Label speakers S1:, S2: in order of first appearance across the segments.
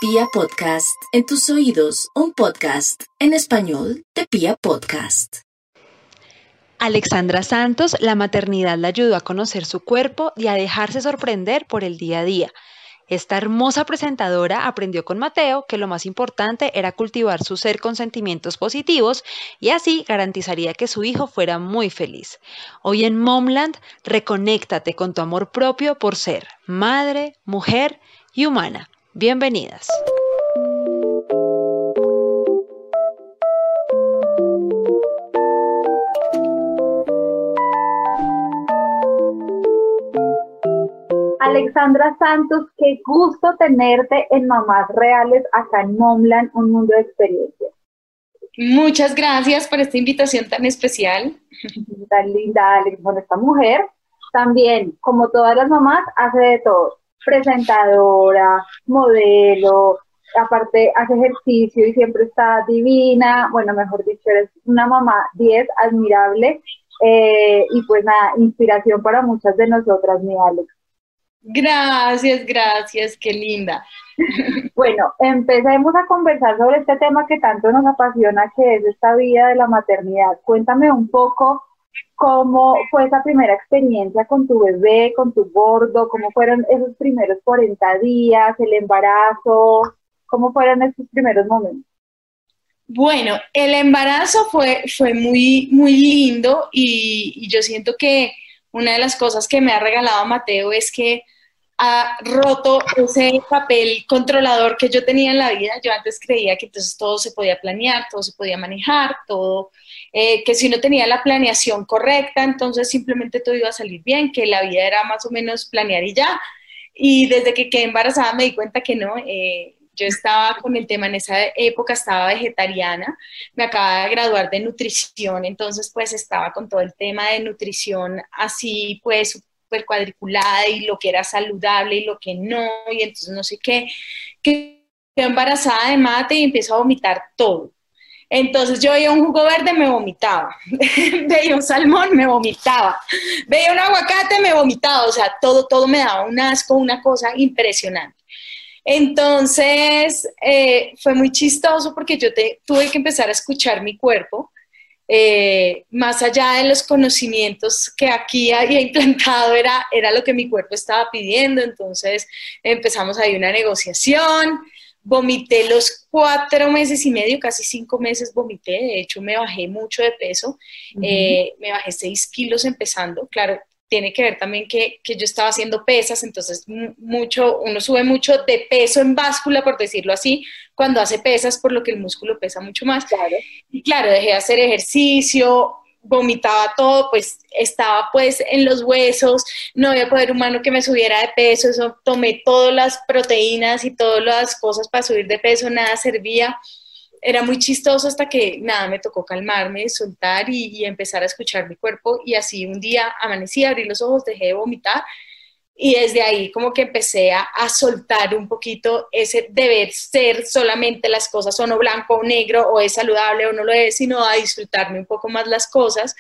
S1: Pia Podcast, en tus oídos, un podcast en español de Pia Podcast.
S2: Alexandra Santos, la maternidad la ayudó a conocer su cuerpo y a dejarse sorprender por el día a día. Esta hermosa presentadora aprendió con Mateo que lo más importante era cultivar su ser con sentimientos positivos y así garantizaría que su hijo fuera muy feliz. Hoy en Momland, reconéctate con tu amor propio por ser madre, mujer y humana. Bienvenidas.
S3: Alexandra Santos, qué gusto tenerte en Mamás Reales acá en Momland, un mundo de experiencias.
S4: Muchas gracias por esta invitación tan especial.
S3: Tan linda, Alex. Bueno, esta mujer también, como todas las mamás, hace de todo. Presentadora, modelo, aparte hace ejercicio y siempre está divina. Bueno, mejor dicho, eres una mamá 10, admirable. Y pues nada, inspiración para muchas de nosotras, mi Alex.
S4: Gracias, qué linda.
S3: Bueno, empecemos a conversar sobre este tema que tanto nos apasiona, que es esta vida de la maternidad. Cuéntame un poco cómo fue esa primera experiencia con tu bebé, con tu gordo, cómo fueron esos primeros 40 días, el embarazo, cómo fueron esos primeros momentos.
S4: Bueno, el embarazo fue muy lindo y yo siento que una de las cosas que me ha regalado Mateo es que ha roto ese papel controlador que yo tenía en la vida. Yo antes creía que entonces todo se podía planear, todo se podía manejar, todo, que si uno tenía la planeación correcta, entonces simplemente todo iba a salir bien, que la vida era más o menos planear y ya. Y desde que quedé embarazada me di cuenta que no. Yo estaba con el tema, en esa época estaba vegetariana, me acababa de graduar de nutrición, entonces pues estaba con todo el tema de nutrición así pues súper cuadriculada y lo que era saludable y lo que no, y entonces no sé qué, que quedé embarazada de mate y empiezo a vomitar todo. Entonces yo veía un jugo verde, me vomitaba, veía un salmón, me vomitaba, veía un aguacate, me vomitaba, o sea, todo me daba un asco, una cosa impresionante. Entonces, fue muy chistoso porque yo tuve que empezar a escuchar mi cuerpo, más allá de los conocimientos que aquí había implantado, era lo que mi cuerpo estaba pidiendo. Entonces, empezamos ahí una negociación, vomité los 4 meses y medio, casi 5 meses vomité, de hecho me bajé mucho de peso, me bajé 6 kilos empezando, claro. Tiene que ver también que yo estaba haciendo pesas, entonces uno sube mucho de peso en báscula, por decirlo así, cuando hace pesas, por lo que el músculo pesa mucho más.
S3: Claro.
S4: Y claro, dejé de hacer ejercicio, vomitaba todo, pues estaba pues en los huesos, no había poder humano que me subiera de peso, eso tomé todas las proteínas y todas las cosas para subir de peso, nada servía. Era muy chistoso hasta que nada, me tocó calmarme, soltar y empezar a escuchar mi cuerpo, y así un día amanecí, abrí los ojos, dejé de vomitar y desde ahí como que empecé a soltar un poquito ese deber ser solamente las cosas son o blanco o negro, o es saludable o no lo es, sino a disfrutarme un poco más las cosas.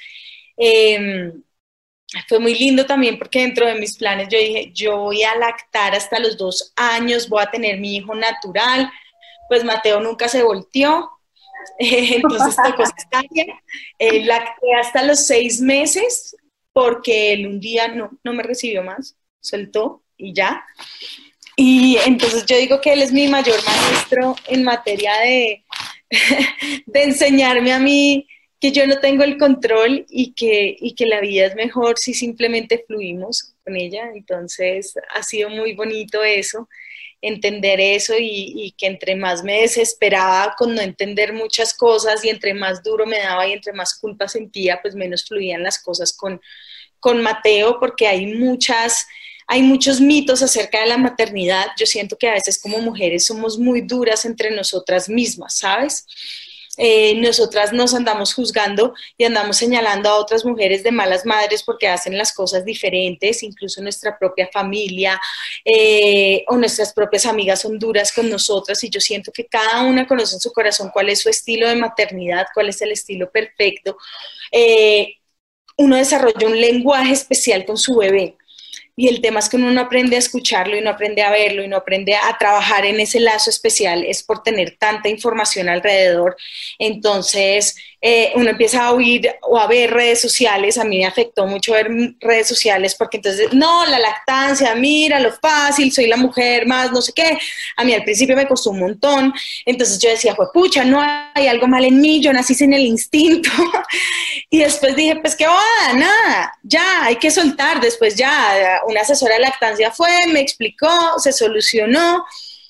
S4: Fue muy lindo también porque dentro de mis planes yo dije, yo voy a lactar hasta los 2 años, voy a tener mi hijo natural. Pues Mateo nunca se volteó, entonces tocó cesárea. Lacté hasta los 6 meses porque él un día no me recibió más, soltó y ya. Y entonces yo digo que él es mi mayor maestro en materia de enseñarme a mí que yo no tengo el control y que la vida es mejor si simplemente fluimos con ella. Entonces ha sido muy bonito eso, entender eso y que entre más me desesperaba con no entender muchas cosas y entre más duro me daba y entre más culpa sentía, pues menos fluían las cosas con Mateo, porque hay muchos mitos acerca de la maternidad. Yo siento que a veces como mujeres somos muy duras entre nosotras mismas, ¿sabes? Nosotras nos andamos juzgando y andamos señalando a otras mujeres de malas madres porque hacen las cosas diferentes, incluso nuestra propia familia o nuestras propias amigas son duras con nosotras, y yo siento que cada una conoce en su corazón cuál es su estilo de maternidad, cuál es el estilo perfecto. Uno desarrolla un lenguaje especial con su bebé. Y el tema es que uno no aprende a escucharlo y no aprende a verlo y no aprende a trabajar en ese lazo especial, es por tener tanta información alrededor. Entonces, uno empieza a oír o a ver redes sociales. A mí me afectó mucho ver redes sociales porque entonces, no, la lactancia, mira lo fácil, soy la mujer más, no sé qué. A mí al principio me costó un montón. Entonces yo decía, pucha, no hay algo mal en mí, yo nací sin el instinto. Y después dije, pues qué va, nada, ya, hay que soltar. Después ya, una asesora de lactancia fue, me explicó, se solucionó.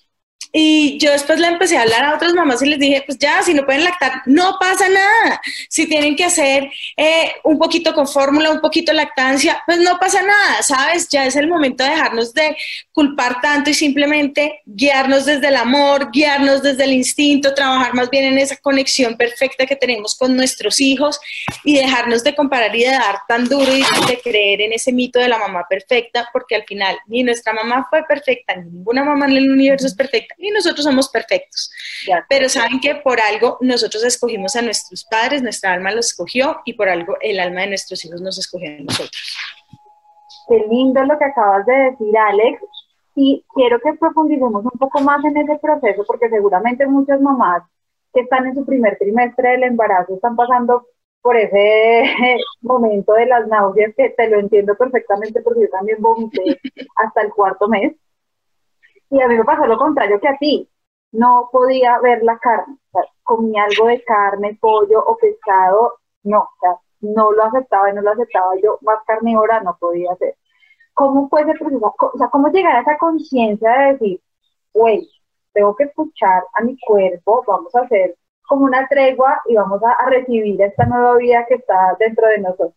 S4: Y yo después le empecé a hablar a otras mamás y les dije, pues ya, si no pueden lactar, no pasa nada. Si tienen que hacer un poquito con fórmula, un poquito lactancia, pues no pasa nada, ¿sabes? Ya es el momento de dejarnos de culpar tanto y simplemente guiarnos desde el amor, guiarnos desde el instinto, trabajar más bien en esa conexión perfecta que tenemos con nuestros hijos y dejarnos de comparar y de dar tan duro y de creer en ese mito de la mamá perfecta, porque al final ni nuestra mamá fue perfecta, ni ninguna mamá en el universo es perfecta, y nosotros somos perfectos. Ya. Pero saben que por algo nosotros escogimos a nuestros padres, nuestra alma los escogió, y por algo el alma de nuestros hijos nos escogió a nosotros.
S3: Qué lindo lo que acabas de decir, Alex, y quiero que profundicemos un poco más en ese proceso, porque seguramente muchas mamás que están en su primer trimestre del embarazo están pasando por ese momento de las náuseas, que te lo entiendo perfectamente porque yo también vomité hasta el 4º mes. Y a mí me pasó lo contrario que a ti. No podía ver la carne. O sea, comía algo de carne, pollo o pescado, no. O sea, no lo aceptaba y no lo aceptaba. Yo más carnívora no podía hacer. ¿Cómo fue ese proceso? O sea, ¿cómo llegar a esa conciencia de decir, güey, tengo que escuchar a mi cuerpo, vamos a hacer como una tregua y vamos a recibir esta nueva vida que está dentro de nosotros?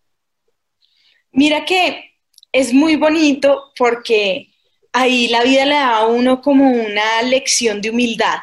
S4: Mira que es muy bonito porque ahí la vida le da a uno como una lección de humildad.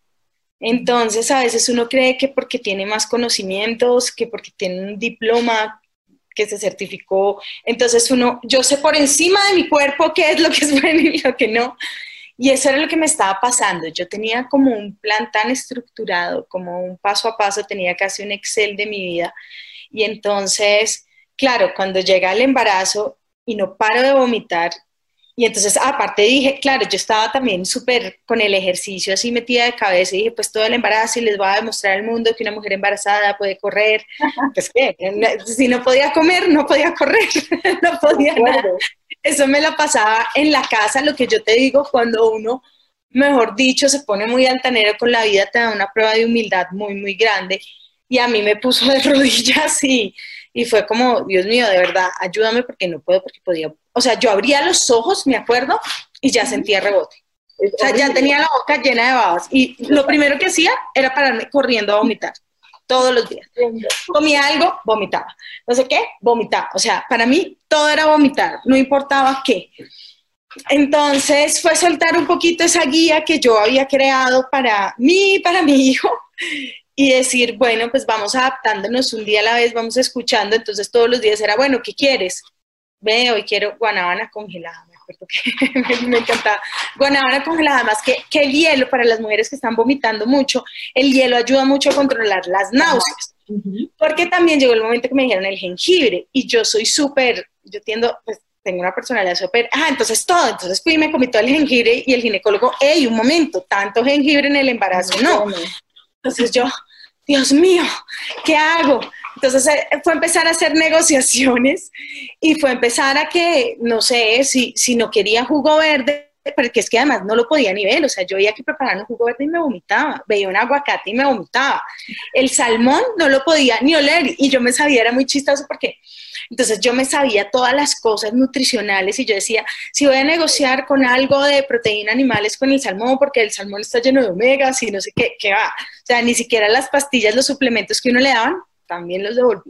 S4: Entonces a veces uno cree que porque tiene más conocimientos, que porque tiene un diploma, que se certificó, entonces yo sé por encima de mi cuerpo qué es lo que es bueno y lo que no. Y eso era lo que me estaba pasando. Yo tenía como un plan tan estructurado, como un paso a paso, tenía casi un Excel de mi vida. Y entonces, claro, cuando llega el embarazo y no paro de vomitar, y entonces aparte dije, claro, yo estaba también súper con el ejercicio así metida de cabeza y dije, pues todo el embarazo y les voy a demostrar al mundo que una mujer embarazada puede correr. Pues qué, si no podía comer, no podía correr, no podía nada. Eso me la pasaba en la casa, lo que yo te digo, cuando uno, mejor dicho, se pone muy altanero con la vida, te da una prueba de humildad muy, muy grande. Y a mí me puso de rodillas y fue como, Dios mío, de verdad, ayúdame porque no puedo, porque podía. O sea, yo abría los ojos, me acuerdo, y ya sentía rebote. O sea, ya tenía la boca llena de babas. Y lo primero que hacía era pararme corriendo a vomitar. Todos los días. Comía algo, vomitaba. No sé qué, vomitaba. O sea, para mí todo era vomitar, no importaba qué. Entonces fue soltar un poquito esa guía que yo había creado para mí y para mi hijo y decir, bueno, pues vamos adaptándonos un día a la vez, vamos escuchando. Entonces todos los días era, bueno, ¿qué quieres? Ve, hoy quiero guanábana congelada. Me acuerdo que me encantaba. Guanábana congelada, además que el hielo, para las mujeres que están vomitando mucho, el hielo ayuda mucho a controlar las náuseas. Porque también llegó el momento que me dijeron el jengibre, y yo soy súper, yo tiendo, pues tengo una personalidad súper, entonces fui y me comí todo el jengibre, y el ginecólogo, hey, un momento, tanto jengibre en el embarazo, no. Entonces yo, Dios mío, ¿qué hago? Entonces fue empezar a hacer negociaciones y fue empezar a que, no sé, si no quería jugo verde, porque es que además no lo podía ni ver, o sea, yo veía que preparaban un jugo verde y me vomitaba, veía un aguacate y me vomitaba, el salmón no lo podía ni oler y yo me sabía, era muy chistoso porque entonces yo me sabía todas las cosas nutricionales y yo decía, si voy a negociar con algo de proteína animales con el salmón, porque el salmón está lleno de omegas y no sé qué va, o sea, ni siquiera las pastillas, los suplementos que uno le daban, también los devolvía.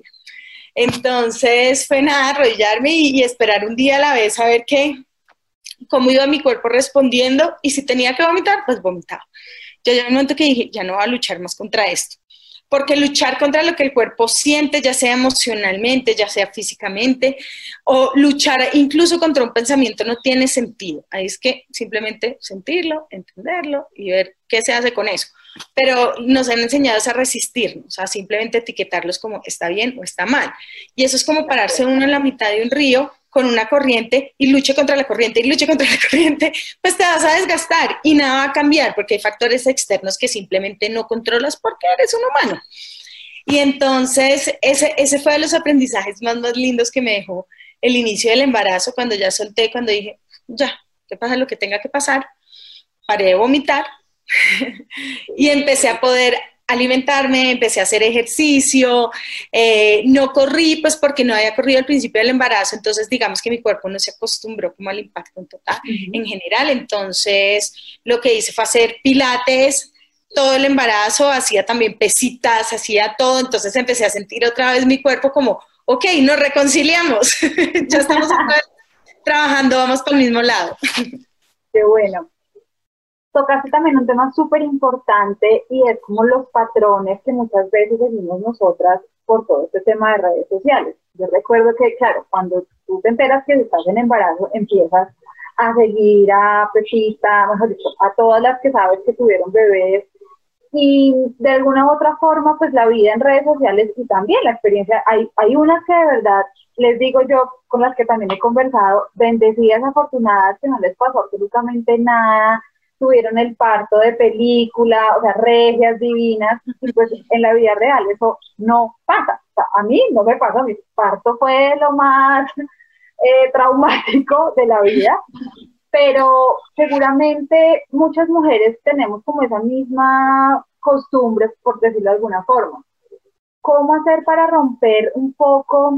S4: Entonces fue nada, arrodillarme y esperar un día a la vez a ver cómo iba mi cuerpo respondiendo, y si tenía que vomitar, pues vomitaba. Yo llegó un momento que dije, ya no voy a luchar más contra esto, porque luchar contra lo que el cuerpo siente, ya sea emocionalmente, ya sea físicamente, o luchar incluso contra un pensamiento no tiene sentido. Ahí es que simplemente sentirlo, entenderlo y ver qué se hace con eso. Pero nos han enseñado a resistirnos, a simplemente etiquetarlos como está bien o está mal. Y eso es como pararse uno en la mitad de un río con una corriente y luche contra la corriente y luche contra la corriente, pues te vas a desgastar y nada va a cambiar porque hay factores externos que simplemente no controlas porque eres un humano. Y entonces ese fue de los aprendizajes más lindos que me dejó el inicio del embarazo, cuando ya solté, cuando dije, ya, que pasa lo que tenga que pasar, paré de vomitar y empecé a poder alimentarme, empecé a hacer ejercicio, no corrí pues porque no había corrido al principio del embarazo, entonces digamos que mi cuerpo no se acostumbró como al impacto en total, en general, entonces lo que hice fue hacer pilates todo el embarazo, hacía también pesitas, hacía todo, entonces empecé a sentir otra vez mi cuerpo como, ok, nos reconciliamos, ya estamos otra vez trabajando, vamos para el mismo lado.
S3: Qué bueno. Tocaste también un tema súper importante y es como los patrones que muchas veces seguimos nosotras por todo este tema de redes sociales. Yo recuerdo que, claro, cuando tú te enteras que estás en embarazo, empiezas a seguir a Pepita, mejor dicho, a todas las que sabes que tuvieron bebés, y de alguna u otra forma, pues la vida en redes sociales y también la experiencia, hay unas que de verdad, les digo yo, con las que también he conversado, bendecidas, afortunadas, que no les pasó absolutamente nada, tuvieron el parto de película, o sea, regias, divinas, y pues en la vida real eso no pasa. O sea, a mí no me pasa, mi parto fue lo más traumático de la vida, pero seguramente muchas mujeres tenemos como esa misma costumbre, por decirlo de alguna forma. ¿Cómo hacer para romper un poco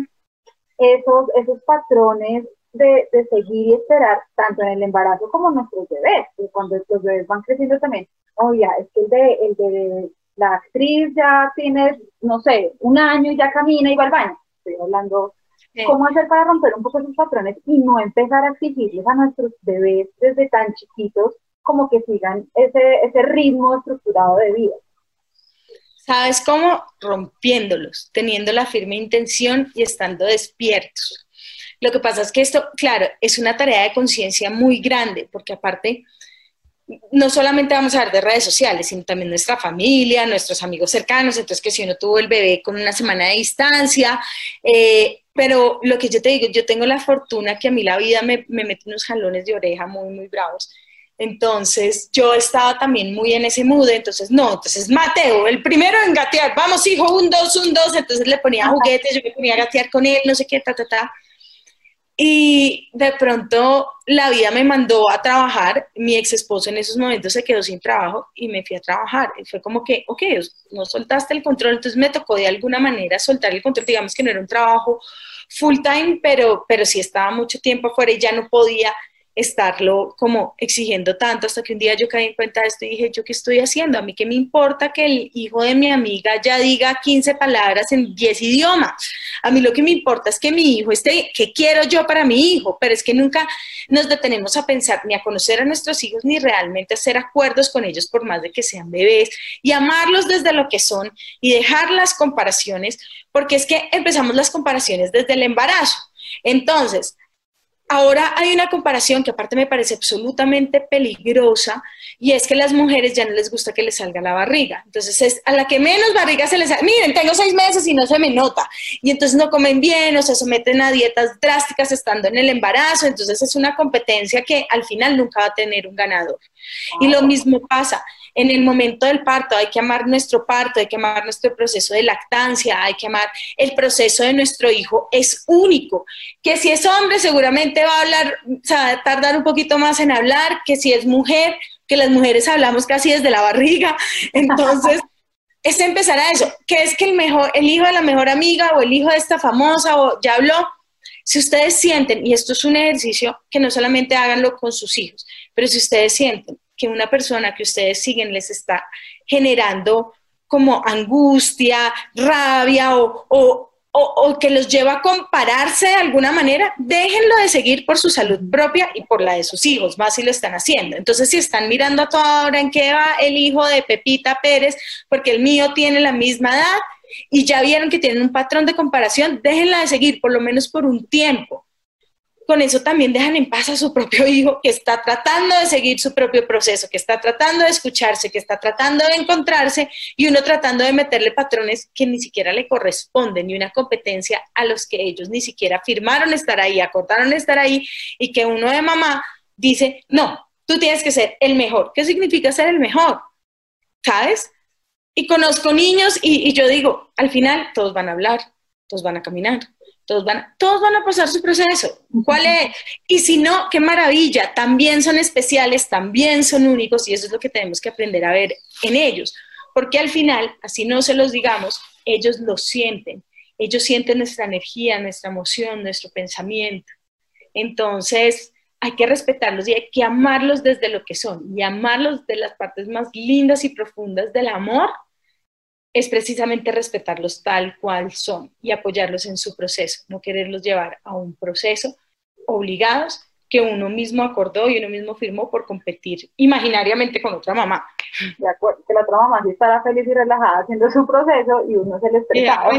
S3: esos patrones de seguir y esperar tanto en el embarazo como en nuestros bebés? Y cuando los bebés van creciendo también, ya, es que el de la actriz ya tiene, no sé, 1 año y ya camina y va al baño. Estoy hablando, ¿cómo hacer para romper un poco esos patrones y no empezar a exigirles a nuestros bebés desde tan chiquitos como que sigan ese ritmo estructurado de vida?
S4: ¿Sabes cómo? Rompiéndolos, teniendo la firme intención y estando despiertos. Lo que pasa es que esto, claro, es una tarea de conciencia muy grande, porque aparte, no solamente vamos a hablar de redes sociales, sino también nuestra familia, nuestros amigos cercanos, entonces que si uno tuvo el bebé con 1 semana de distancia, pero lo que yo te digo, yo tengo la fortuna que a mí la vida me mete unos jalones de oreja muy, muy bravos. Entonces yo estaba también muy en ese mood, entonces Mateo, el primero en gatear, vamos hijo, 1, 2, 1, 2, entonces le ponía juguetes, yo me ponía a gatear con él, no sé qué, y de pronto la vida me mandó a trabajar, mi ex esposo en esos momentos se quedó sin trabajo y me fui a trabajar, y fue como que, ok, no soltaste el control, entonces me tocó de alguna manera soltar el control, digamos que no era un trabajo full time, pero sí estaba mucho tiempo afuera y ya no podía estarlo como exigiendo tanto, hasta que un día yo caí en cuenta de esto y dije, ¿yo qué estoy haciendo? A mí qué me importa que el hijo de mi amiga ya diga 15 palabras en 10 idiomas. A mí lo que me importa es que mi hijo esté, ¿qué quiero yo para mi hijo? Pero es que nunca nos detenemos a pensar ni a conocer a nuestros hijos ni realmente hacer acuerdos con ellos por más de que sean bebés y amarlos desde lo que son y dejar las comparaciones, porque es que empezamos las comparaciones desde el embarazo. Entonces, ahora hay una comparación que aparte me parece absolutamente peligrosa y es que a las mujeres ya no les gusta que les salga la barriga. Entonces es a la que menos barriga se les sale. Miren, tengo 6 meses y no se me nota. Y entonces no comen bien o se someten a dietas drásticas estando en el embarazo. Entonces es una competencia que al final nunca va a tener un ganador. Y lo mismo pasa. En el momento del parto hay que amar nuestro parto, hay que amar nuestro proceso de lactancia, hay que amar el proceso de nuestro hijo, es único. Que si es hombre seguramente va a hablar, o sea, va a tardar un poquito más en hablar, que si es mujer, que las mujeres hablamos casi desde la barriga. Entonces, es empezar a eso, que es que el hijo de la mejor amiga o el hijo de esta famosa o ya habló. Si ustedes sienten, y esto es un ejercicio que no solamente háganlo con sus hijos, pero si ustedes sienten que una persona que ustedes siguen les está generando como angustia, rabia o que los lleva a compararse de alguna manera, déjenlo de seguir por su salud propia y por la de sus hijos, más si lo están haciendo. Entonces, si están mirando a toda hora en qué va el hijo de Pepita Pérez, porque el mío tiene la misma edad, y ya vieron que tienen un patrón de comparación, déjenla de seguir, por lo menos por un tiempo. con eso también dejan en paz a su propio hijo que está tratando de seguir su propio proceso, que está tratando de escucharse, que está tratando de encontrarse y uno tratando de meterle patrones que ni siquiera le corresponden y una competencia a los que ellos ni siquiera firmaron estar ahí, acordaron estar ahí y que uno de mamá dice, no, tú tienes que ser el mejor. ¿Qué significa ser el mejor? ¿Sabes? Y conozco niños y yo digo, al final todos van a hablar, todos van a caminar. Todos van a pasar su proceso. ¿Cuál es? Y si no, qué maravilla. También son especiales, también son únicos y eso es lo que tenemos que aprender a ver en ellos. Porque al final, así no se los digamos, ellos lo sienten. Ellos sienten nuestra energía, nuestra emoción, nuestro pensamiento. Entonces, hay que respetarlos y hay que amarlos desde lo que son. Y amarlos de las partes más lindas y profundas del amor es precisamente respetarlos tal cual son y apoyarlos en su proceso, no quererlos llevar a un proceso obligados que uno mismo acordó y uno mismo firmó por competir imaginariamente con otra mamá.
S3: De acuerdo, que la otra mamá sí estará feliz y relajada haciendo su proceso y uno se le estresaba.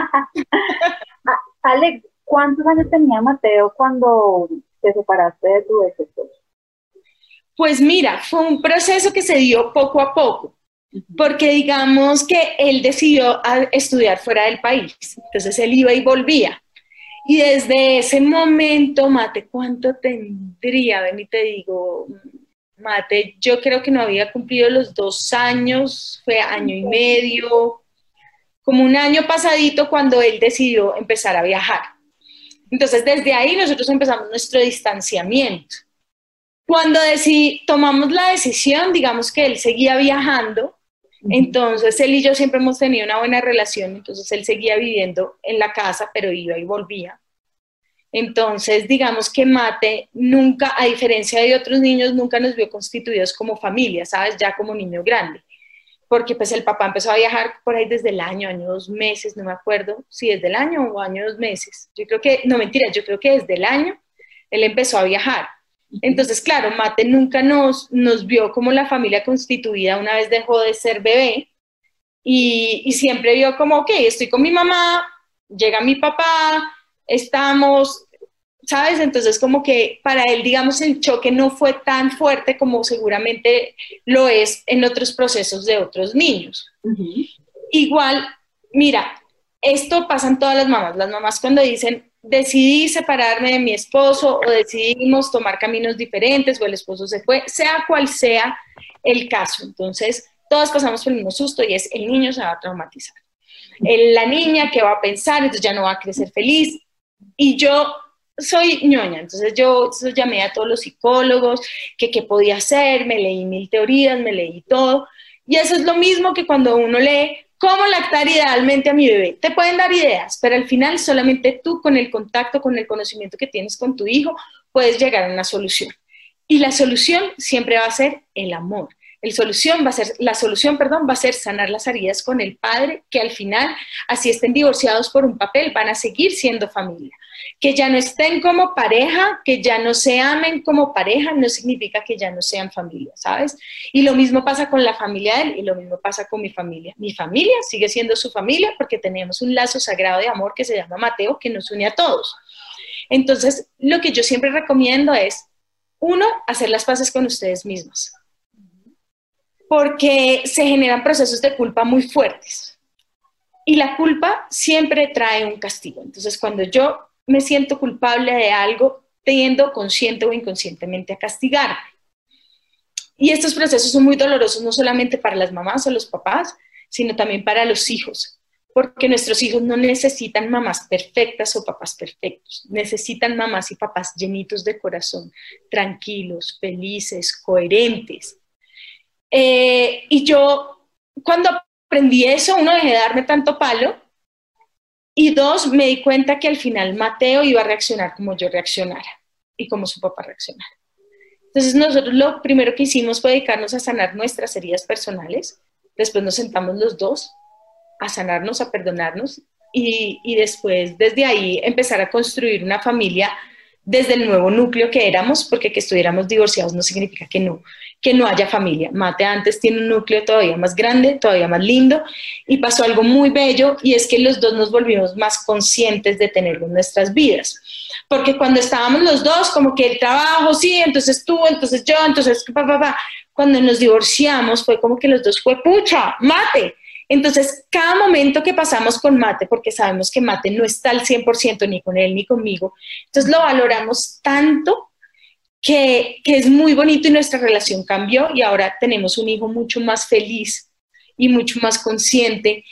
S3: Alex, ¿cuántos años tenía Mateo cuando te separaste de tu ex esposo?
S4: Pues mira, fue un proceso que se dio poco a poco. Porque digamos que él decidió estudiar fuera del país, entonces él iba y volvía. Y desde ese momento, Mate, ¿cuánto tendría? Ven y te digo, Mate, yo creo que no había cumplido los 2 años, fue año y medio, como un año pasadito cuando él decidió empezar a viajar. Entonces desde ahí nosotros empezamos nuestro distanciamiento. Cuando tomamos la decisión, digamos que él seguía viajando, entonces él y yo siempre hemos tenido una buena relación, entonces él seguía viviendo en la casa, pero iba y volvía. Entonces, digamos que Mate nunca, a diferencia de otros niños, nunca nos vio constituidos como familia, ¿sabes? Ya como niño grande. Porque pues el papá empezó a viajar por ahí desde el año 2 meses, no me acuerdo si desde el año o año 2 meses. Yo creo que, no mentira, yo creo que desde el año él empezó a viajar. Entonces, claro, Mate nunca nos vio como la familia constituida una vez dejó de ser bebé y siempre vio como, ok, estoy con mi mamá, llega mi papá, estamos, ¿sabes? Entonces, como que para él, digamos, el choque no fue tan fuerte como seguramente lo es en otros procesos de otros niños. Igual, mira, esto pasa en todas las mamás cuando dicen, decidí separarme de mi esposo o decidimos tomar caminos diferentes o el esposo se fue, sea cual sea el caso. Entonces, todos pasamos por el mismo susto y es el niño se va a traumatizar. La niña que va a pensar, entonces ya no va a crecer feliz. Y yo soy ñoña, entonces yo llamé a todos los psicólogos, que qué podía hacer, me leí 1000 teorías, me leí todo. Y eso es lo mismo que cuando uno lee cómo lactar idealmente a mi bebé. Te pueden dar ideas, pero al final solamente tú con el contacto, con el conocimiento que tienes con tu hijo, puedes llegar a una solución. Y la solución siempre va a ser el amor. La solución va a ser sanar las heridas con el padre, que al final, así estén divorciados por un papel, van a seguir siendo familia. Que ya no estén como pareja, que ya no se amen como pareja, no significa que ya no sean familia, ¿sabes? Y lo mismo pasa con la familia de él y lo mismo pasa con mi familia. Mi familia sigue siendo su familia porque tenemos un lazo sagrado de amor que se llama Mateo, que nos une a todos. Entonces, lo que yo siempre recomiendo es, 1, hacer las paces con ustedes mismos. Porque se generan procesos de culpa muy fuertes. Y la culpa siempre trae un castigo. Entonces, cuando yo me siento culpable de algo, tiendo consciente o inconscientemente a castigarme. Y estos procesos son muy dolorosos no solamente para las mamás o los papás, sino también para los hijos. Porque nuestros hijos no necesitan mamás perfectas o papás perfectos. Necesitan mamás y papás llenitos de corazón, tranquilos, felices, coherentes. Y yo, cuando aprendí eso, 1, dejé de darme tanto palo, y 2, me di cuenta que al final Mateo iba a reaccionar como yo reaccionara y como su papá reaccionara. Entonces nosotros lo primero que hicimos fue dedicarnos a sanar nuestras heridas personales, después nos sentamos los 2 a sanarnos, a perdonarnos, y después desde ahí empezar a construir una familia desde el nuevo núcleo que éramos, porque que estuviéramos divorciados no significa que no haya familia. Mate antes tiene un núcleo todavía más grande, todavía más lindo, y pasó algo muy bello, y es que los 2 nos volvimos más conscientes de tenerlo en nuestras vidas. porque cuando estábamos los dos, como que el trabajo, sí, entonces tú, entonces yo, entonces cuando nos divorciamos fue como que los dos fue pucha, mate. Entonces, cada momento que pasamos con Mate, porque sabemos que Mate no está al 100% ni con él ni conmigo, entonces lo valoramos tanto que es muy bonito y nuestra relación cambió y ahora tenemos un hijo mucho más feliz y mucho más consciente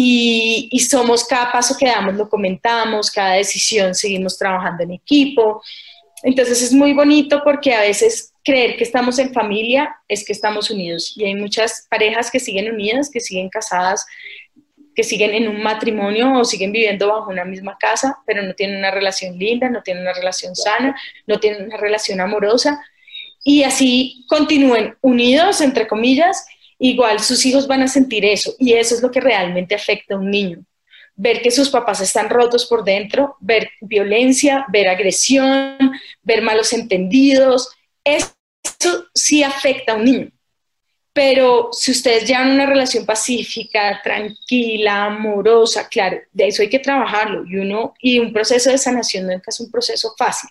S4: y somos cada paso que damos, lo comentamos, cada decisión seguimos trabajando en equipo. Entonces es muy bonito porque a veces creer que estamos en familia es que estamos unidos y hay muchas parejas que siguen unidas, que siguen casadas, que siguen en un matrimonio o siguen viviendo bajo una misma casa, pero no tienen una relación linda, no tienen una relación sana, no tienen una relación amorosa y así continúen unidos, entre comillas, igual sus hijos van a sentir eso y eso es lo que realmente afecta a un niño. Ver que sus papás están rotos por dentro, ver violencia, ver agresión, ver malos entendidos, eso sí afecta a un niño. Pero si ustedes llevan una relación pacífica, tranquila, amorosa, claro, de eso hay que trabajarlo y un proceso de sanación nunca es un proceso fácil,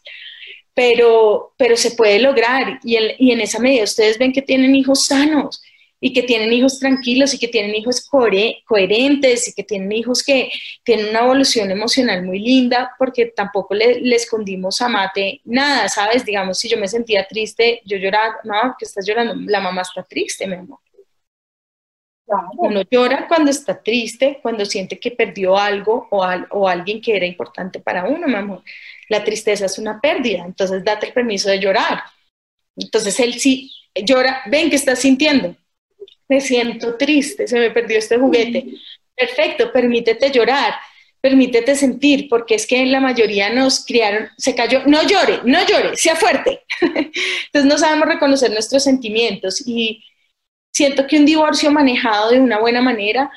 S4: pero se puede lograr y en esa medida ustedes ven que tienen hijos sanos y que tienen hijos tranquilos y que tienen hijos coherentes y que tienen hijos que tienen una evolución emocional muy linda, porque tampoco le escondimos a Mate nada, ¿sabes? Digamos, si yo me sentía triste, yo lloraba, mamá, ¿por qué estás llorando? La mamá está triste, mi amor. Claro. Uno llora cuando está triste, cuando siente que perdió algo o alguien que era importante para uno, mi amor. La tristeza es una pérdida, entonces date el permiso de llorar. Entonces él sí llora, ven que estás sintiendo. Me siento triste, se me perdió este juguete. Perfecto, permítete llorar, permítete sentir, porque es que la mayoría nos criaron, se cayó, no llore, sea fuerte. Entonces no sabemos reconocer nuestros sentimientos y siento que un divorcio manejado de una buena manera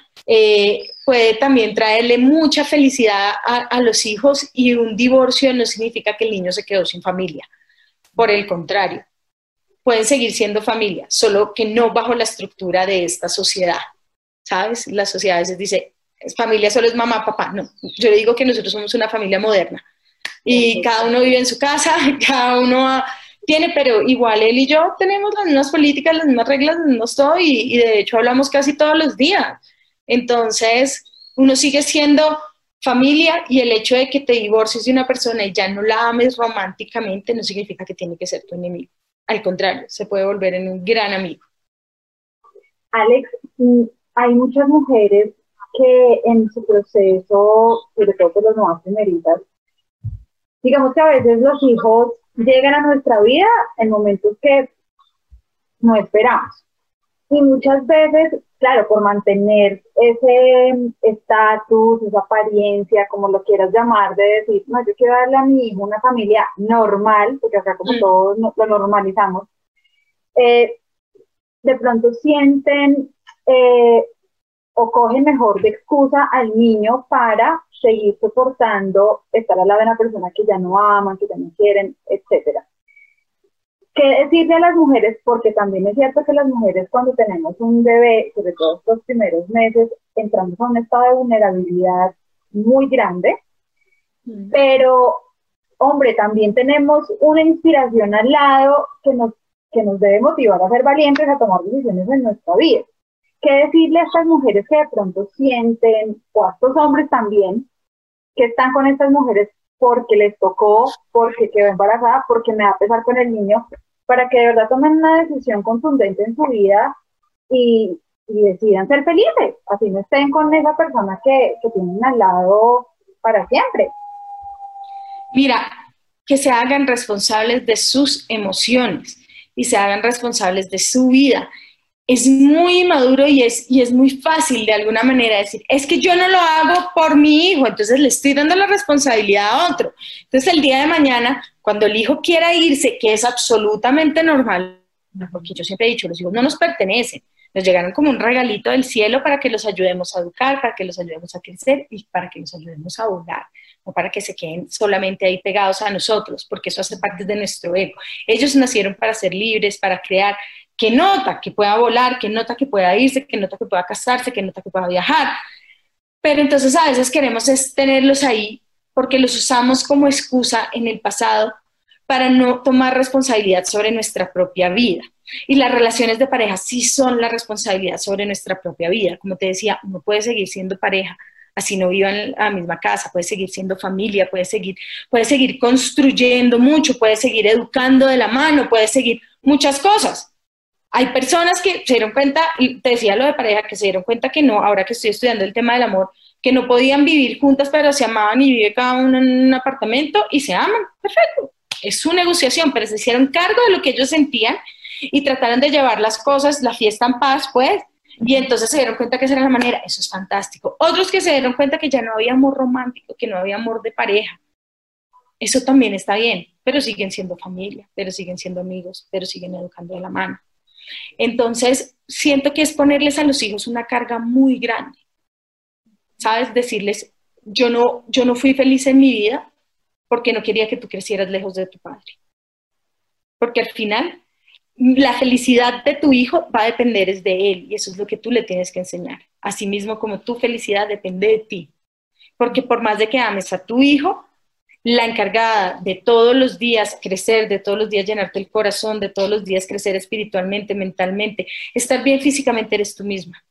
S4: puede también traerle mucha felicidad a los hijos y un divorcio no significa que el niño se quedó sin familia, por el contrario. Pueden seguir siendo familia, solo que no bajo la estructura de esta sociedad, ¿sabes? La sociedad a veces dice, familia solo es mamá, papá. No, yo le digo que nosotros somos una familia moderna y cada uno vive en su casa, cada uno tiene, pero igual él y yo tenemos las mismas políticas, las mismas reglas, los mismos todo y de hecho hablamos casi todos los días. Entonces, uno sigue siendo familia y el hecho de que te divorcies de una persona y ya no la ames románticamente no significa que tiene que ser tu enemigo. Al contrario, se puede volver en un gran amigo.
S3: Alex, hay muchas mujeres que en su proceso, sobre todo por las nuevas primeritas, digamos que a veces los hijos llegan a nuestra vida en momentos que no esperamos. Y muchas veces, claro, por mantener ese estatus, esa apariencia, como lo quieras llamar, de decir, no, yo quiero darle a mi hijo una familia normal, porque acá como todos lo normalizamos, de pronto sienten o cogen mejor de excusa al niño para seguir soportando estar al lado de una persona que ya no aman, que ya no quieren, etcétera. ¿Qué decirle a las mujeres? Porque también es cierto que las mujeres cuando tenemos un bebé, sobre todo estos primeros meses, entramos a un estado de vulnerabilidad muy grande, pero, hombre, también tenemos una inspiración al lado que nos debe motivar a ser valientes, a tomar decisiones en nuestra vida. ¿Qué decirle a estas mujeres que de pronto sienten, o a estos hombres también, que están con estas mujeres porque les tocó, porque quedó embarazada, porque me va a pesar con el niño, para que de verdad tomen una decisión contundente en su vida y decidan ser felices, así no estén con esa persona que tienen al lado para siempre?
S4: Mira, que se hagan responsables de sus emociones y se hagan responsables de su vida. Es muy inmaduro y es muy fácil de alguna manera decir, es que yo no lo hago por mi hijo, entonces le estoy dando la responsabilidad a otro. Entonces el día de mañana, cuando el hijo quiera irse, que es absolutamente normal, porque yo siempre he dicho, los hijos no nos pertenecen, nos llegaron como un regalito del cielo para que los ayudemos a educar, para que los ayudemos a crecer y para que los ayudemos a volar, no para que se queden solamente ahí pegados a nosotros, porque eso hace parte de nuestro ego. Ellos nacieron para ser libres, para crear. Que nota que pueda volar, que nota que pueda irse, que nota que pueda casarse, que nota que pueda viajar. Pero entonces a veces queremos es tenerlos ahí porque los usamos como excusa en el pasado para no tomar responsabilidad sobre nuestra propia vida. Y las relaciones de pareja sí son la responsabilidad sobre nuestra propia vida. Como te decía, uno puede seguir siendo pareja, así no vivan en la misma casa, puede seguir siendo familia, puede seguir construyendo mucho, puede seguir educando de la mano, puede seguir muchas cosas. Hay personas que se dieron cuenta, y te decía lo de pareja, que se dieron cuenta que no, ahora que estoy estudiando el tema del amor, que no podían vivir juntas, pero se amaban y vive cada uno en un apartamento y se aman. Perfecto. Es su negociación, pero se hicieron cargo de lo que ellos sentían y trataron de llevar las cosas, la fiesta en paz, pues, y entonces se dieron cuenta que esa era la manera. Eso es fantástico. Otros que se dieron cuenta que ya no había amor romántico, que no había amor de pareja. Eso también está bien, pero siguen siendo familia, pero siguen siendo amigos, pero siguen educando de la mano. Entonces, siento que es ponerles a los hijos una carga muy grande. ¿Sabes? Decirles, yo no fui feliz en mi vida porque no quería que tú crecieras lejos de tu padre. Porque al final, la felicidad de tu hijo va a depender es de él, y eso es lo que tú le tienes que enseñar. Asimismo, como tu felicidad depende de ti. Porque por más de que ames a tu hijo, la encargada de todos los días crecer, de todos los días llenarte el corazón, de todos los días crecer espiritualmente, mentalmente, estar bien físicamente eres tú misma.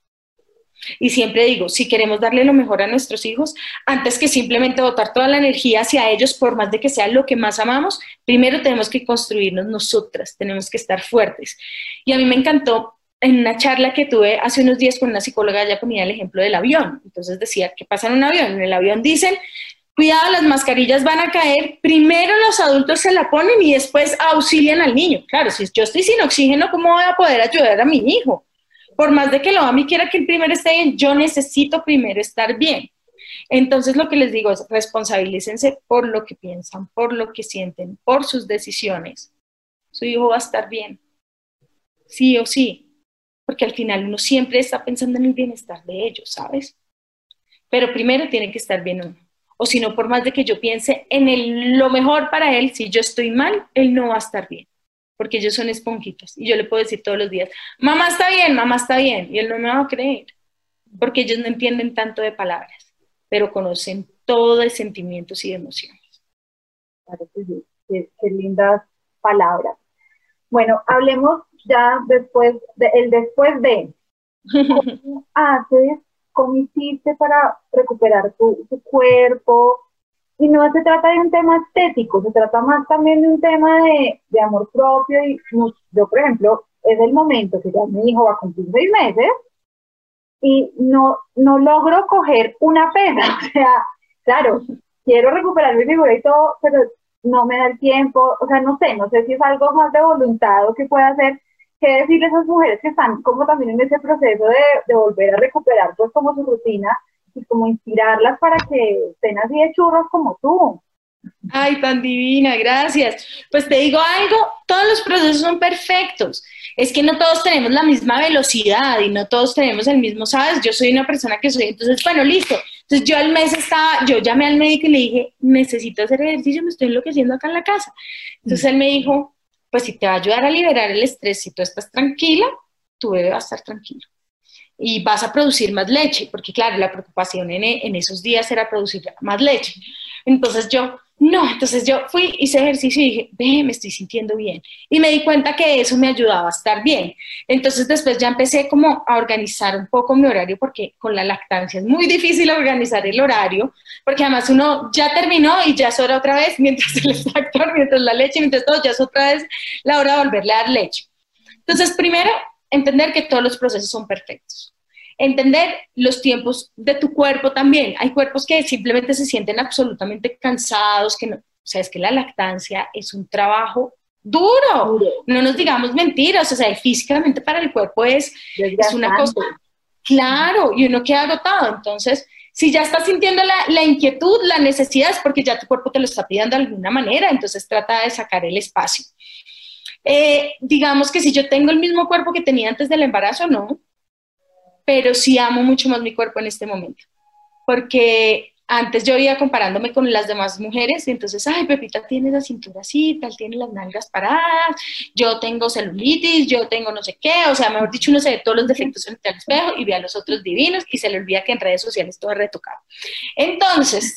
S4: Y siempre digo, si queremos darle lo mejor a nuestros hijos, antes que simplemente botar toda la energía hacia ellos, por más de que sea lo que más amamos, primero tenemos que construirnos nosotras, tenemos que estar fuertes. Y a mí me encantó, en una charla que tuve hace unos días con una psicóloga, ella ponía el ejemplo del avión. Entonces decía, ¿qué pasa en un avión? En el avión dicen, cuidado, las mascarillas van a caer, primero los adultos se la ponen y después auxilian al niño. Claro, si yo estoy sin oxígeno, ¿cómo voy a poder ayudar a mi hijo? Por más de que lo ame y quiera que el primero esté bien, yo necesito primero estar bien. Entonces lo que les digo es responsabilícense por lo que piensan, por lo que sienten, por sus decisiones. Su hijo va a estar bien, sí o sí, porque al final uno siempre está pensando en el bienestar de ellos, ¿sabes? Pero primero tiene que estar bien uno. O si no, por más de que yo piense en lo mejor para él, si yo estoy mal, él no va a estar bien. Porque ellos son esponjitas, y yo le puedo decir todos los días, mamá está bien, y él no me va a creer, porque ellos no entienden tanto de palabras, pero conocen todo de sentimientos y de emociones.
S3: Claro que sí, qué lindas palabras. Bueno, hablemos ya después de, ¿cómo haces, cómo hiciste para recuperar tu cuerpo? Y no se trata de un tema estético, se trata más también de un tema de amor propio. Y yo, por ejemplo, es el momento que ya mi hijo va a cumplir 6 meses y no logro coger una pesa. O sea, claro, quiero recuperar mi figura y todo, pero no me da el tiempo. O sea, no sé si es algo más de voluntad o que pueda hacer. ¿Qué decirle a esas mujeres que están como también en ese proceso de volver a recuperar pues como su rutina? Y como inspirarlas para que estén así de churros como tú.
S4: Ay, tan divina, gracias. Pues te digo algo, todos los procesos son perfectos. Es que no todos tenemos la misma velocidad y no todos tenemos el mismo, ¿sabes? Yo soy una persona que soy, entonces, bueno, listo. Entonces yo al mes yo llamé al médico y le dije, necesito hacer ejercicio, me estoy enloqueciendo acá en la casa. Entonces él me dijo, pues si te va a ayudar a liberar el estrés, si tú estás tranquila, tu bebé va a estar tranquilo. Y vas a producir más leche, porque claro, la preocupación en esos días era producir más leche. Entonces yo fui, hice ejercicio y dije, ve, me estoy sintiendo bien. Y me di cuenta que eso me ayudaba a estar bien. Entonces después ya empecé como a organizar un poco mi horario, porque con la lactancia es muy difícil organizar el horario, porque además uno ya terminó y ya es hora otra vez, mientras el extractor, mientras la leche, mientras todo, ya es otra vez la hora de volverle a dar leche. Entonces primero, entender que todos los procesos son perfectos. Entender los tiempos de tu cuerpo también. Hay cuerpos que simplemente se sienten absolutamente cansados, que no, o sea, es que la lactancia es un trabajo duro. No nos digamos mentiras, o sea, físicamente para el cuerpo es una cosa, claro, y uno queda agotado. Entonces, si ya estás sintiendo la inquietud, la necesidad, es porque ya tu cuerpo te lo está pidiendo de alguna manera, entonces trata de sacar el espacio. Digamos que si yo tengo el mismo cuerpo que tenía antes del embarazo, no, pero sí amo mucho más mi cuerpo en este momento, porque antes yo iba comparándome con las demás mujeres, y entonces, ay, Pepita tiene la cintura así, tal, tiene las nalgas paradas, yo tengo celulitis, yo tengo no sé qué, o sea, mejor dicho, uno se ve todos los defectos frente al espejo y ve a los otros divinos y se le olvida que en redes sociales todo es retocado. Entonces,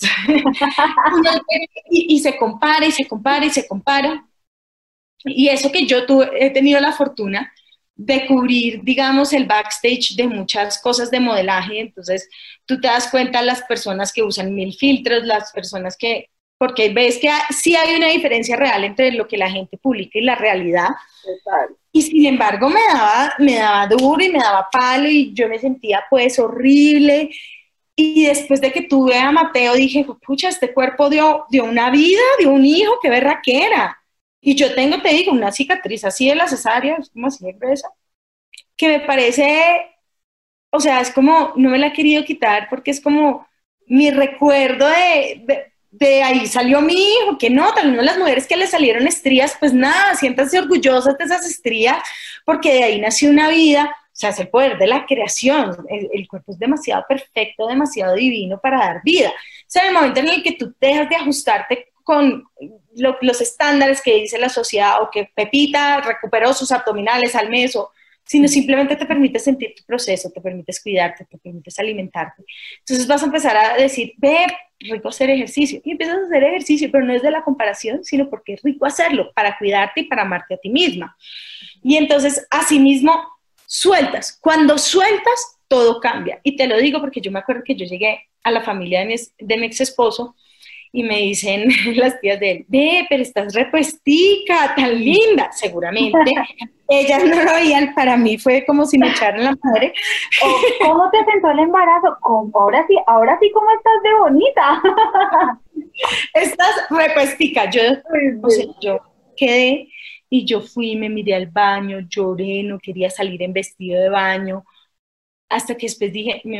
S4: y se compara, y se compara, y se compara. Y eso que yo he tenido la fortuna de cubrir, digamos, el backstage de muchas cosas de modelaje, entonces tú te das cuenta las personas que usan 1000 filtros, las personas que, porque ves que sí hay una diferencia real entre lo que la gente publica y la realidad.
S3: Total.
S4: Y sin embargo me daba duro y me daba palo y yo me sentía pues horrible. Y después de que tuve a Mateo dije, pucha, este cuerpo dio una vida, dio un hijo, qué berraquera. Y yo tengo, te digo, una cicatriz así de la cesárea, es como así de gruesa, que me parece, o sea, es como, no me la he querido quitar porque es como mi recuerdo de ahí salió mi hijo, que no, tal vez las mujeres que le salieron estrías, pues nada, siéntanse orgullosas de esas estrías, porque de ahí nació una vida, o sea, es el poder de la creación, el cuerpo es demasiado perfecto, demasiado divino para dar vida. O sea, en el momento en el que tú dejas de ajustarte con los estándares que dice la sociedad, o que Pepita recuperó sus abdominales al mes, sino simplemente te permite sentir tu proceso, te permites cuidarte, te permites alimentarte. Entonces vas a empezar a decir, ve, rico hacer ejercicio, y empiezas a hacer ejercicio, pero no es de la comparación, sino porque es rico hacerlo, para cuidarte y para amarte a ti misma. Y entonces, asimismo, sueltas. Cuando sueltas, todo cambia. Y te lo digo porque yo me acuerdo que yo llegué a la familia de mi ex esposo, y me dicen las tías de él, ve, pero estás repuestica, tan linda. Seguramente ellas no lo veían, para mí fue como si me echaran la madre.
S3: ¿Cómo te sentó el embarazo? Ahora sí, ¿cómo estás de bonita?
S4: Estás repuestica. Yo quedé y yo fui, me miré al baño, lloré, no quería salir en vestido de baño, hasta que después dije, me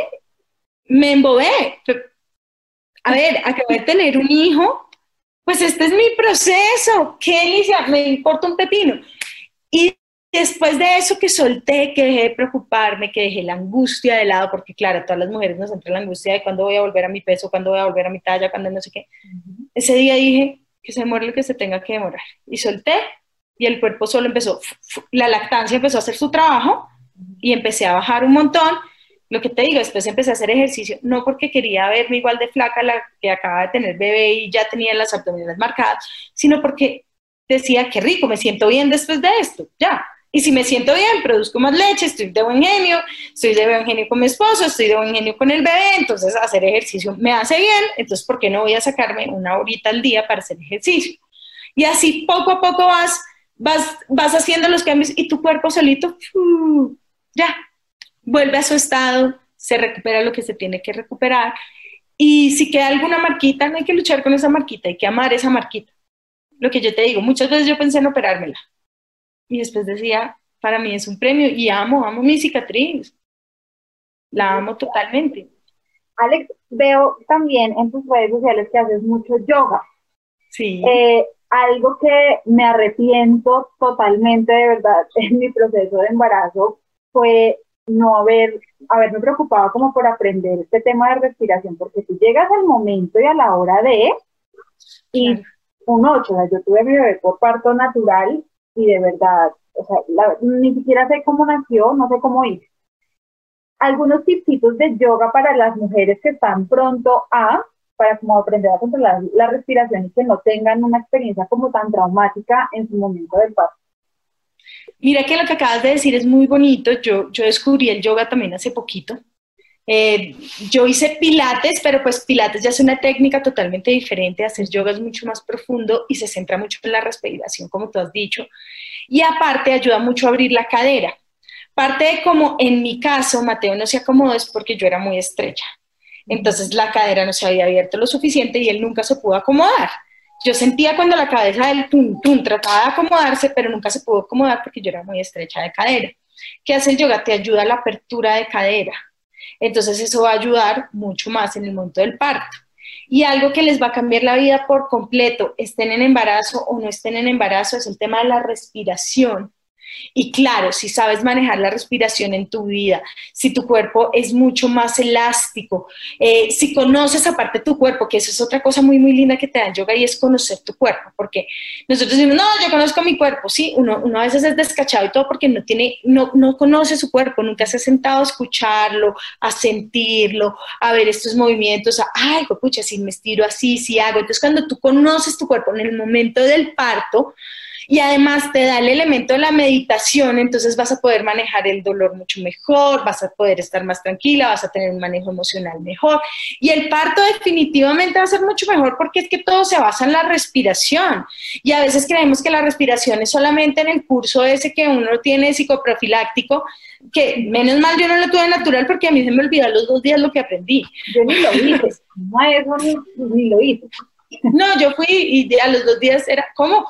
S4: embobé. A ver, acabo de tener un hijo, pues este es mi proceso, qué delicia, me importa un pepino. Y después de eso que solté, que dejé de preocuparme, que dejé la angustia de lado, porque claro, a todas las mujeres nos entra la angustia de cuándo voy a volver a mi peso, cuándo voy a volver a mi talla, cuándo no sé qué. Ese día dije que se muere lo que se tenga que demorar. Y solté, y el cuerpo solo empezó, la lactancia empezó a hacer su trabajo, y empecé a bajar un montón. Lo que te digo, después empecé a hacer ejercicio, no porque quería verme igual de flaca la que acaba de tener bebé y ya tenía las abdominales marcadas, sino porque decía, qué rico, me siento bien después de esto, ya. Y si me siento bien, produzco más leche, estoy de buen genio, estoy de buen genio con mi esposo, estoy de buen genio con el bebé, entonces hacer ejercicio me hace bien, entonces ¿por qué no voy a sacarme una horita al día para hacer ejercicio? Y así poco a poco vas haciendo los cambios y tu cuerpo solito, ya, vuelve a su estado, se recupera lo que se tiene que recuperar, y si queda alguna marquita, no hay que luchar con esa marquita, hay que amar esa marquita. Lo que yo te digo, muchas veces yo pensé en operármela, y después decía, para mí es un premio, y amo mi cicatriz, la amo totalmente.
S3: Alex, veo también en tus redes sociales que haces mucho yoga.
S4: Sí.
S3: Algo que me arrepiento totalmente, de verdad, en mi proceso de embarazo, fue no haberme preocupado como por aprender este tema de respiración, porque tú llegas al momento y a la hora y
S4: claro.
S3: o sea, yo tuve mi bebé por parto natural y de verdad, o sea, ni siquiera sé cómo nació, no sé cómo hice. Algunos tipsitos de yoga para las mujeres que están pronto para como aprender a controlar la respiración y que no tengan una experiencia como tan traumática en su momento del parto.
S4: Mira que lo que acabas de decir es muy bonito. Yo descubrí el yoga también hace poquito. Yo hice pilates, pero pues pilates ya es una técnica totalmente diferente. Hacer yoga es mucho más profundo y se centra mucho en la respiración, como tú has dicho. Y aparte ayuda mucho a abrir la cadera. Parte de como en mi caso, Mateo no se acomodó es porque yo era muy estrecha. Entonces la cadera no se había abierto lo suficiente y él nunca se pudo acomodar. Yo sentía cuando la cabeza del trataba de acomodarse, pero nunca se pudo acomodar porque yo era muy estrecha de cadera. ¿Qué hace el yoga? Te ayuda a la apertura de cadera. Entonces eso va a ayudar mucho más en el momento del parto. Y algo que les va a cambiar la vida por completo, estén en embarazo o no estén en embarazo, es el tema de la respiración. Y claro, si sabes manejar la respiración en tu vida, si tu cuerpo es mucho más elástico, si conoces aparte tu cuerpo, que eso es otra cosa muy, muy linda que te da el yoga y es conocer tu cuerpo, porque nosotros decimos, no, yo conozco mi cuerpo, sí, uno a veces es descachado y todo porque no conoce su cuerpo, nunca se ha sentado a escucharlo, a sentirlo, a ver estos movimientos, ay, pucha, si me estiro así, si hago. Entonces, cuando tú conoces tu cuerpo en el momento del parto, y además te da el elemento de la meditación, entonces vas a poder manejar el dolor mucho mejor, vas a poder estar más tranquila, vas a tener un manejo emocional mejor. Y el parto definitivamente va a ser mucho mejor porque es que todo se basa en la respiración. Y a veces creemos que la respiración es solamente en el curso ese que uno tiene psicoprofiláctico, que menos mal yo no lo tuve natural porque a mí se me olvidó a los 2 días lo que aprendí.
S3: Yo ni lo hice, no eso ni lo hice.
S4: No, yo fui y a los 2 días era, ¿cómo?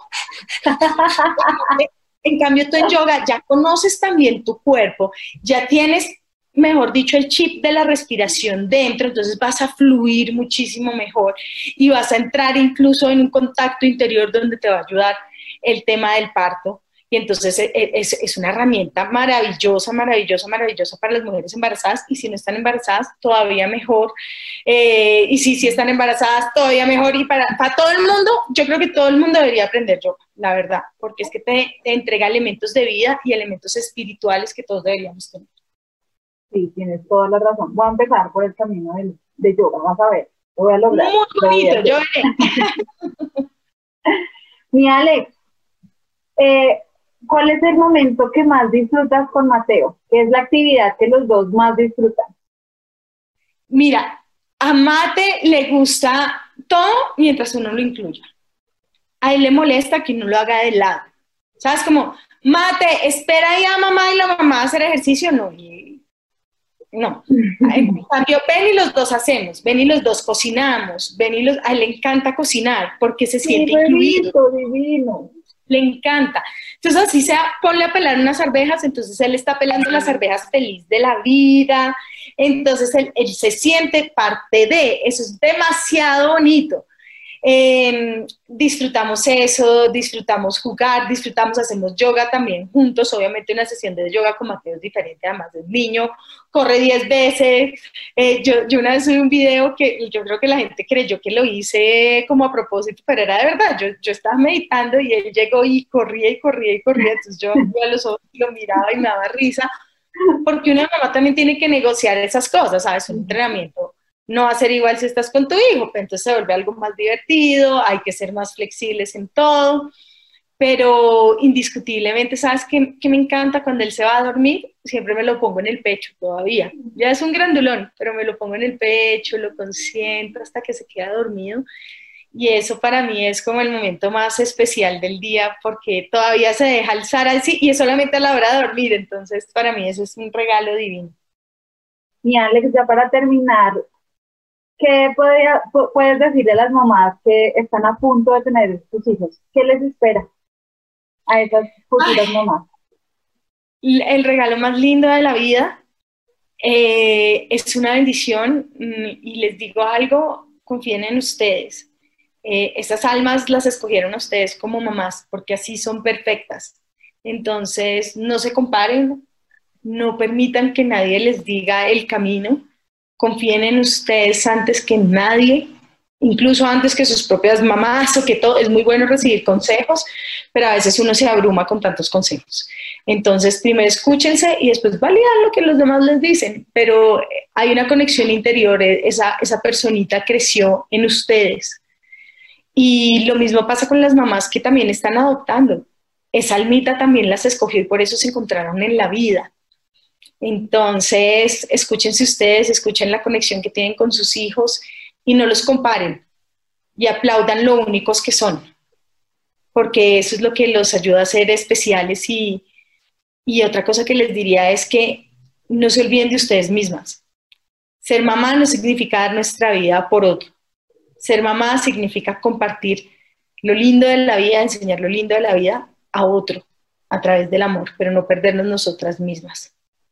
S4: En cambio, tú en yoga ya conoces también tu cuerpo, ya tienes, mejor dicho, el chip de la respiración dentro, entonces vas a fluir muchísimo mejor y vas a entrar incluso en un contacto interior donde te va a ayudar el tema del parto. Y entonces es una herramienta maravillosa, maravillosa, maravillosa para las mujeres embarazadas. Y si no están embarazadas, todavía mejor. Y si están embarazadas, todavía mejor. Y para todo el mundo, yo creo que todo el mundo debería aprender yoga, la verdad. Porque es que te entrega elementos de vida y elementos espirituales que todos deberíamos tener.
S3: Sí, tienes toda la razón. Voy a empezar por el camino de yoga, vas a ver. Lo voy a lograr.
S4: Muy bonito, yo veré.
S3: Mi Alex, ¿cuál es el momento que más disfrutas con Mateo? ¿Qué es la actividad que los dos más disfrutan?
S4: Mira, a Mate le gusta todo mientras uno lo incluya. A él le molesta que uno lo haga de lado. ¿Sabes? Como, Mate, espera ahí a mamá y la mamá a hacer ejercicio. No. En cambio, ven y los dos hacemos, ven y los dos cocinamos, a él le encanta cocinar porque se siente incluido.
S3: Divino.
S4: Le encanta. Entonces, así sea, ponle a pelar unas arvejas, entonces él está pelando las arvejas feliz de la vida, entonces él se siente parte de, eso es demasiado bonito. Disfrutamos eso, disfrutamos jugar, hacemos yoga también juntos, obviamente una sesión de yoga con Mateo es diferente, además el niño corre 10 veces, yo una vez subí un video que yo creo que la gente creyó que lo hice como a propósito, pero era de verdad, yo estaba meditando y él llegó y corría, entonces yo a los ojos lo miraba y me daba risa, porque una mamá también tiene que negociar esas cosas, ¿sabes? Un entrenamiento no va a ser igual si estás con tu hijo, pero entonces se vuelve algo más divertido, hay que ser más flexibles en todo, pero indiscutiblemente, ¿sabes qué me encanta? Cuando él se va a dormir, siempre me lo pongo en el pecho todavía, ya es un grandulón, pero me lo pongo en el pecho, lo consiento hasta que se queda dormido, y eso para mí es como el momento más especial del día, porque todavía se deja alzar así, y es solamente a la hora de dormir, entonces para mí eso es un regalo divino.
S3: Y Alex, ya para terminar, ¿qué puedes decir de las mamás que están a punto de tener sus hijos? ¿Qué les espera a esas futuras mamás?
S4: El regalo más lindo de la vida es una bendición y les digo algo, confíen en ustedes. Esas almas las escogieron a ustedes como mamás porque así son perfectas. Entonces, no se comparen, no permitan que nadie les diga el camino. Confíen en ustedes antes que nadie, incluso antes que sus propias mamás o que todo. Es muy bueno recibir consejos, pero a veces uno se abruma con tantos consejos. Entonces, primero escúchense y después validan lo que los demás les dicen, pero hay una conexión interior, esa personita creció en ustedes. Y lo mismo pasa con las mamás que también están adoptando. Esa almita también las escogió y por eso se encontraron en la vida. Entonces, escúchense ustedes, escuchen la conexión que tienen con sus hijos y no los comparen y aplaudan lo únicos que son, porque eso es lo que los ayuda a ser especiales y otra cosa que les diría es que no se olviden de ustedes mismas. Ser mamá no significa dar nuestra vida por otro. Ser mamá significa compartir lo lindo de la vida, enseñar lo lindo de la vida a otro a través del amor, pero no perdernos nosotras mismas.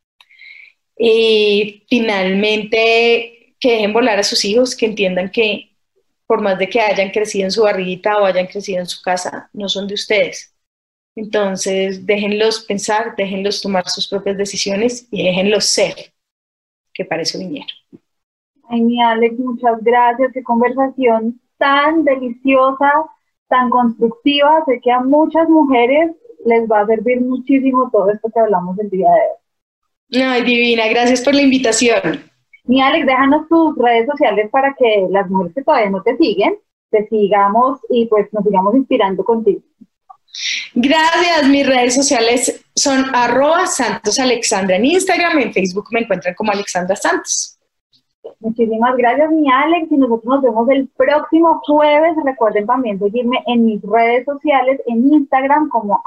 S4: Y finalmente, que dejen volar a sus hijos, que entiendan que por más de que hayan crecido en su barriguita o hayan crecido en su casa, no son de ustedes. Entonces, déjenlos pensar, déjenlos tomar sus propias decisiones y déjenlos ser, que para eso vinieron.
S3: Ay, mi Alex, muchas gracias. Qué conversación tan deliciosa, tan constructiva. Sé que a muchas mujeres les va a servir muchísimo todo esto que hablamos el día de hoy.
S4: Ay, divina, gracias por la invitación.
S3: Mi Alex, déjanos tus redes sociales para que las mujeres que todavía no te siguen, te sigamos y pues nos sigamos inspirando contigo.
S4: Gracias, mis redes sociales son @santosalexandra en Instagram, en Facebook me encuentran como Alexandra Santos.
S3: Muchísimas gracias, mi Alex, y nosotros nos vemos el próximo jueves. Recuerden también seguirme en mis redes sociales, en Instagram como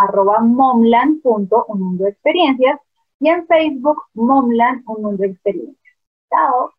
S3: @momland.unmundodeexperiencias y en Facebook momland, un mundo de experiencias. Chao.